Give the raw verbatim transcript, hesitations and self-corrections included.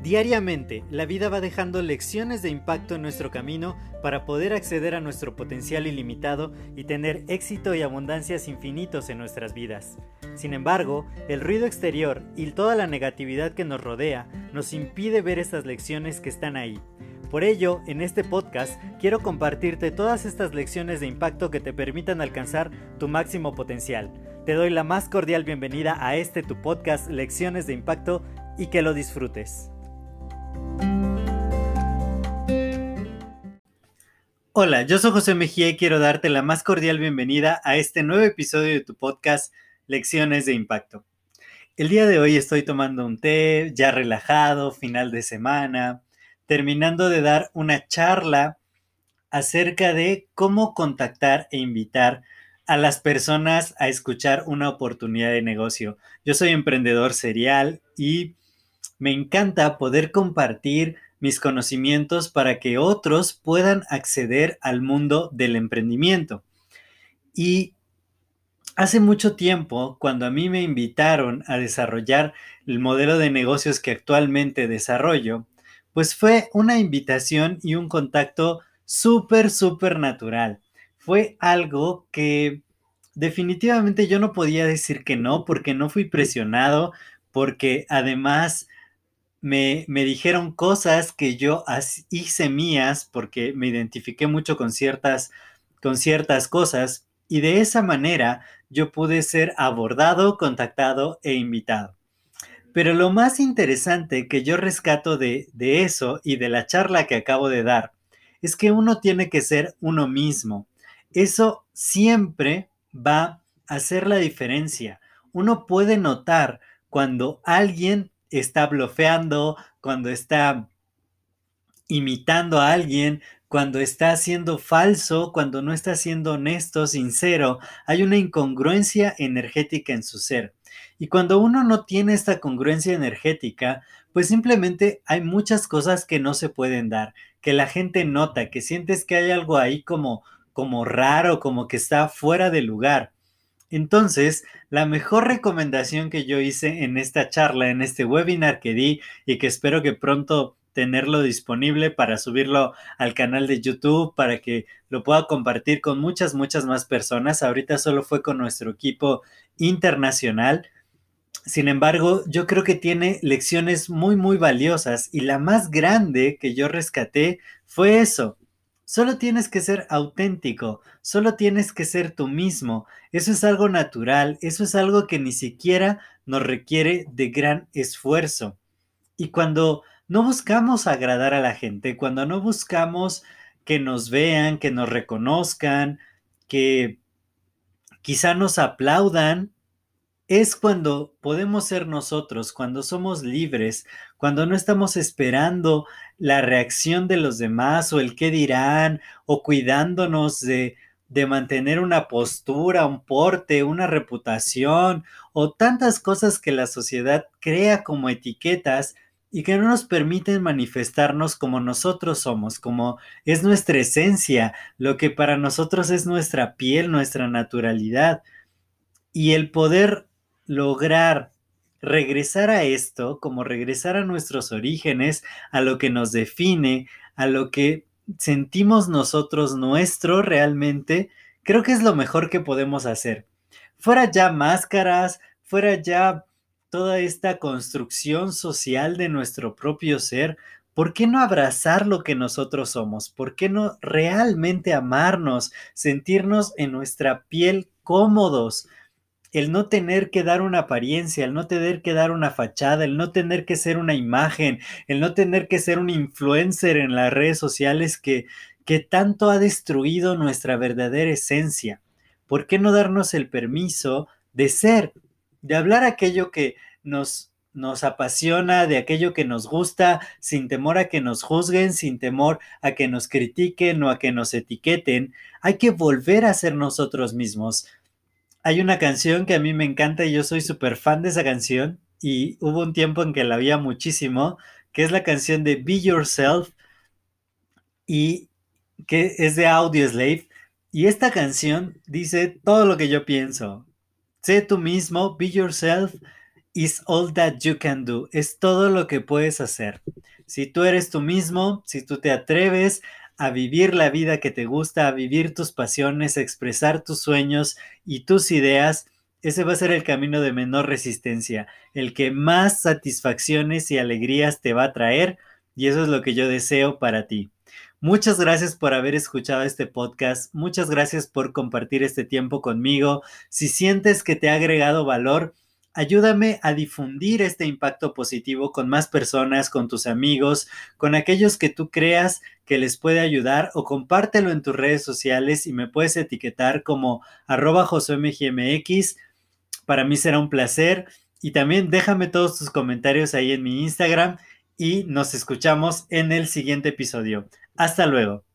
Diariamente, la vida va dejando lecciones de impacto en nuestro camino para poder acceder a nuestro potencial ilimitado y tener éxito y abundancias infinitos en nuestras vidas. Sin embargo, el ruido exterior y toda la negatividad que nos rodea nos impide ver estas lecciones que están ahí. Por ello, en este podcast quiero compartirte todas estas lecciones de impacto que te permitan alcanzar tu máximo potencial. Te doy la más cordial bienvenida a este tu podcast Lecciones de Impacto y que lo disfrutes. Hola, yo soy José Mejía y quiero darte la más cordial bienvenida a este nuevo episodio de tu podcast Lecciones de Impacto. El día de hoy estoy tomando un té, ya relajado, final de semana, terminando de dar una charla acerca de cómo contactar e invitar a las personas a escuchar una oportunidad de negocio. Yo soy emprendedor serial y me encanta poder compartir mis conocimientos para que otros puedan acceder al mundo del emprendimiento. Y hace mucho tiempo, cuando a mí me invitaron a desarrollar el modelo de negocios que actualmente desarrollo, pues fue una invitación y un contacto súper, súper natural. Fue algo que definitivamente yo no podía decir que no, porque no fui presionado, porque además me, me dijeron cosas que yo hice mías, porque me identifiqué mucho con ciertas, con ciertas cosas, y de esa manera yo pude ser abordado, contactado e invitado. Pero lo más interesante que yo rescato de, de eso y de la charla que acabo de dar es que uno tiene que ser uno mismo. Eso siempre va a hacer la diferencia. Uno puede notar cuando alguien está blofeando, cuando está imitando a alguien, cuando está siendo falso, cuando no está siendo honesto, sincero. Hay una incongruencia energética en su ser. Y cuando uno no tiene esta congruencia energética, pues simplemente hay muchas cosas que no se pueden dar, que la gente nota, que sientes que hay algo ahí como, como raro, como que está fuera de lugar. Entonces, la mejor recomendación que yo hice en esta charla, en este webinar que di y que espero que pronto tenerlo disponible para subirlo al canal de YouTube, para que lo pueda compartir con muchas, muchas más personas. Ahorita solo fue con nuestro equipo internacional. Sin embargo, yo creo que tiene lecciones muy, muy valiosas y la más grande que yo rescaté fue eso. Solo tienes que ser auténtico, solo tienes que ser tú mismo. Eso es algo natural, eso es algo que ni siquiera nos requiere de gran esfuerzo. Y cuando no buscamos agradar a la gente, cuando no buscamos que nos vean, que nos reconozcan, que quizá nos aplaudan, es cuando podemos ser nosotros, cuando somos libres, cuando no estamos esperando la reacción de los demás o el qué dirán, o cuidándonos de, de mantener una postura, un porte, una reputación, o tantas cosas que la sociedad crea como etiquetas y que no nos permiten manifestarnos como nosotros somos, como es nuestra esencia, lo que para nosotros es nuestra piel, nuestra naturalidad. Y el poder lograr regresar a esto, como regresar a nuestros orígenes, a lo que nos define, a lo que sentimos nosotros nuestro realmente, creo que es lo mejor que podemos hacer. Fuera ya máscaras, fuera ya toda esta construcción social de nuestro propio ser, ¿por qué no abrazar lo que nosotros somos? ¿Por qué no realmente amarnos, sentirnos en nuestra piel cómodos? El no tener que dar una apariencia, el no tener que dar una fachada, el no tener que ser una imagen, el no tener que ser un influencer en las redes sociales que, que tanto ha destruido nuestra verdadera esencia. ¿Por qué no darnos el permiso de ser, de hablar aquello que nos, nos apasiona, de aquello que nos gusta, sin temor a que nos juzguen, sin temor a que nos critiquen o a que nos etiqueten? Hay que volver a ser nosotros mismos. Hay una canción que a mí me encanta y yo soy súper fan de esa canción y hubo un tiempo en que la oía muchísimo, que es la canción de Be Yourself y que es de Audioslave. Y esta canción dice todo lo que yo pienso. Sé tú mismo, be yourself is all that you can do. Es todo lo que puedes hacer. Si tú eres tú mismo, si tú te atreves a vivir la vida que te gusta, a vivir tus pasiones, a expresar tus sueños y tus ideas, ese va a ser el camino de menor resistencia, el que más satisfacciones y alegrías te va a traer, y eso es lo que yo deseo para ti. Muchas gracias por haber escuchado este podcast, muchas gracias por compartir este tiempo conmigo. Si sientes que te ha agregado valor, ayúdame a difundir este impacto positivo con más personas, con tus amigos, con aquellos que tú creas que les puede ayudar, o compártelo en tus redes sociales y me puedes etiquetar como arroba josuemgmx. Para mí será un placer, y también déjame todos tus comentarios ahí en mi Instagram y nos escuchamos en el siguiente episodio. Hasta luego.